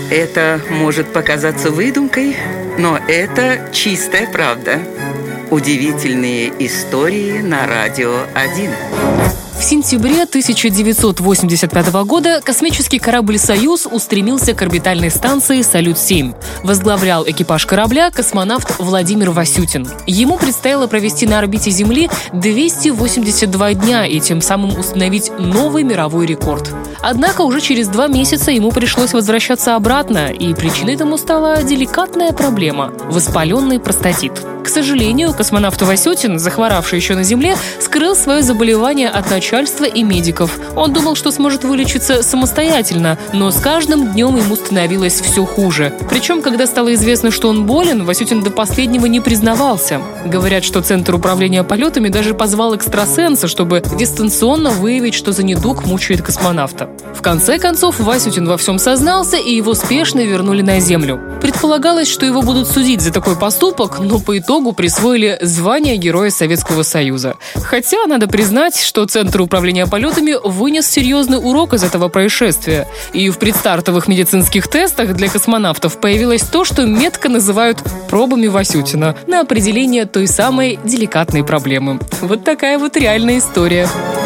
Это может показаться выдумкой, но это чистая правда. Удивительные истории на Радио 1. В сентябре 1985 года космический корабль «Союз» устремился к орбитальной станции «Салют-7». Возглавлял экипаж корабля космонавт Владимир Васютин. Ему предстояло провести на орбите Земли 282 дня и тем самым установить новый мировой рекорд. Однако уже через 2 месяца ему пришлось возвращаться обратно, и причиной тому стала деликатная проблема – воспаленный простатит. К сожалению, космонавт Васютин, захворавший еще на Земле, скрыл свое заболевание от начальства и медиков. Он думал, что сможет вылечиться самостоятельно, но с каждым днем ему становилось все хуже. Причем, когда стало известно, что он болен, Васютин до последнего не признавался. Говорят, что Центр управления полетами даже позвал экстрасенса, чтобы дистанционно выявить, что за недуг мучает космонавта. В конце концов, Васютин во всем сознался, и его спешно вернули на Землю. Предполагалось, что его будут судить за такой поступок, но по итогу присвоили звание Героя Советского Союза. Хотя, надо признать, что Центр управления полетами вынес серьезный урок из этого происшествия. И в предстартовых медицинских тестах для космонавтов появилось то, что метко называют пробами Васютина на определение той самой деликатной проблемы. Вот такая вот реальная история.